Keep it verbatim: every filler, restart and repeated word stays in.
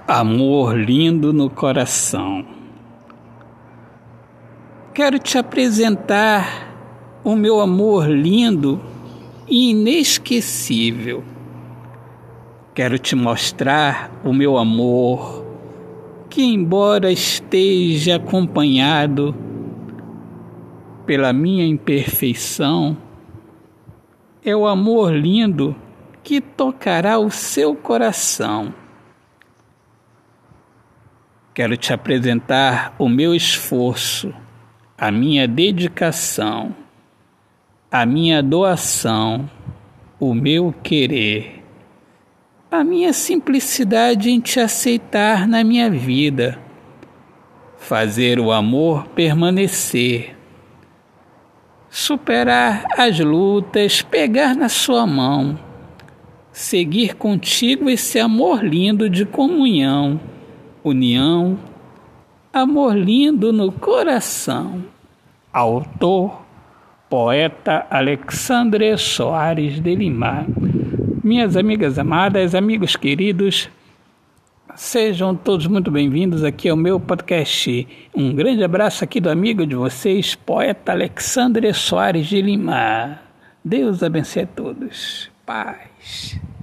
Amor lindo no coração. Quero te apresentar o meu amor lindo e inesquecível. Quero te mostrar o meu amor que, embora esteja acompanhado pela minha imperfeição, é o amor lindo que tocará o seu coração. Quero te apresentar o meu esforço, a minha dedicação, a minha doação, o meu querer, a minha simplicidade em te aceitar na minha vida, fazer o amor permanecer, superar as lutas, pegar na sua mão, seguir contigo esse amor lindo de comunhão, união, amor lindo no coração. Autor, poeta Alexandre Soares de Lima. Minhas amigas amadas, amigos queridos, sejam todos muito bem-vindos aqui ao meu podcast. Um grande abraço aqui do amigo de vocês, poeta Alexandre Soares de Lima. Deus abençoe a todos. Paz.